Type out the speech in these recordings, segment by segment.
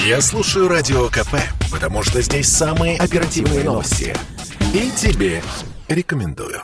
Я слушаю Радио КП, потому что здесь самые оперативные новости. И тебе рекомендую.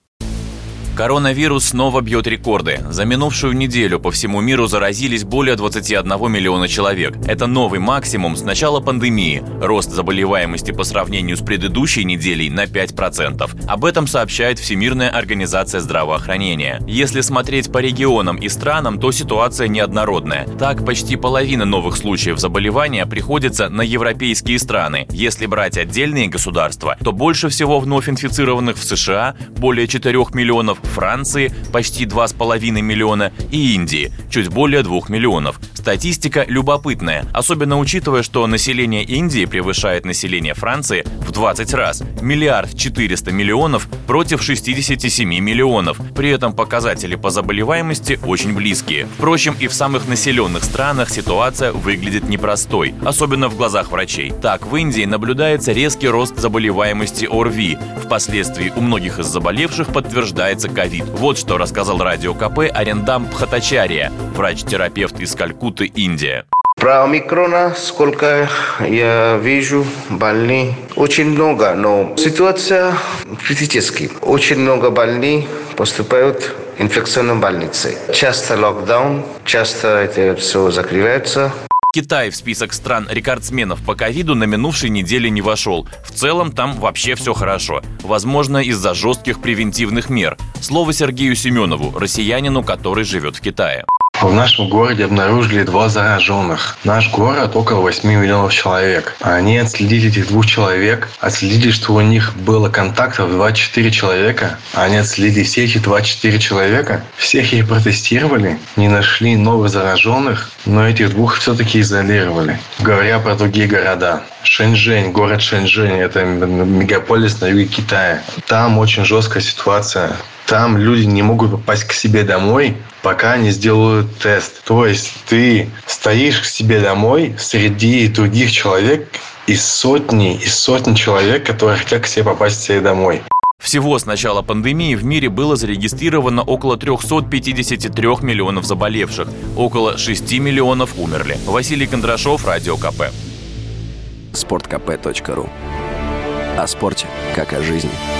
Коронавирус снова бьет рекорды. За минувшую неделю по всему миру заразились более 21 миллиона человек. Это новый максимум с начала пандемии. Рост заболеваемости по сравнению с предыдущей неделей на 5%. Об этом сообщает Всемирная организация здравоохранения. Если смотреть по регионам и странам, то ситуация неоднородная. Так, почти половина новых случаев заболевания приходится на европейские страны. Если брать отдельные государства, то больше всего вновь инфицированных в США – более 4 миллионов, Франции – почти 2,5 миллиона и Индии – чуть более 2 миллионов. Статистика любопытная, особенно учитывая, что население Индии превышает население Франции в 20 раз – 1 400 000 000 против 67 миллионов. При этом показатели по заболеваемости очень близкие. Впрочем, и в самых населенных странах ситуация выглядит непростой, особенно в глазах врачей. Так, в Индии наблюдается резкий рост заболеваемости ОРВИ. Впоследствии у многих из заболевших подтверждается ковид. Вот что рассказал Радио КП Арендам Бхаттачарья, врач-терапевт из Калькутты, Индия. Про омикрона, сколько я вижу, больных очень много, но ситуация критическая. Очень много больных поступают в инфекционные больницы. Часто локдаун, часто это все закрывается. Китай в список стран-рекордсменов по ковиду на минувшей неделе не вошел. В целом там вообще все хорошо. Возможно, из-за жестких превентивных мер. Слово Сергею Семенову, россиянину, который живет в Китае. В нашем городе обнаружили 2 зараженных. Наш город около 8 миллионов человек. Они отследили этих 2 человек, отследили, что у них было контактов 24 человека. Они отследили все эти 24 человека, всех их протестировали, не нашли новых зараженных, но этих 2 все-таки изолировали. Говоря про другие города. Шэньчжэнь, город Шэньчжэнь, это мегаполис на юге Китая. Там очень жесткая ситуация. Там люди не могут попасть к себе домой, пока не сделают тест. То есть ты стоишь к себе домой среди других человек из сотни человек, которые хотят к себе попасть к себе домой. Всего с начала пандемии в мире было зарегистрировано около 353 миллионов заболевших. Около 6 миллионов умерли. Василий Кондрашов, Радио КП. Sportkp.ru. О спорте, как о жизни.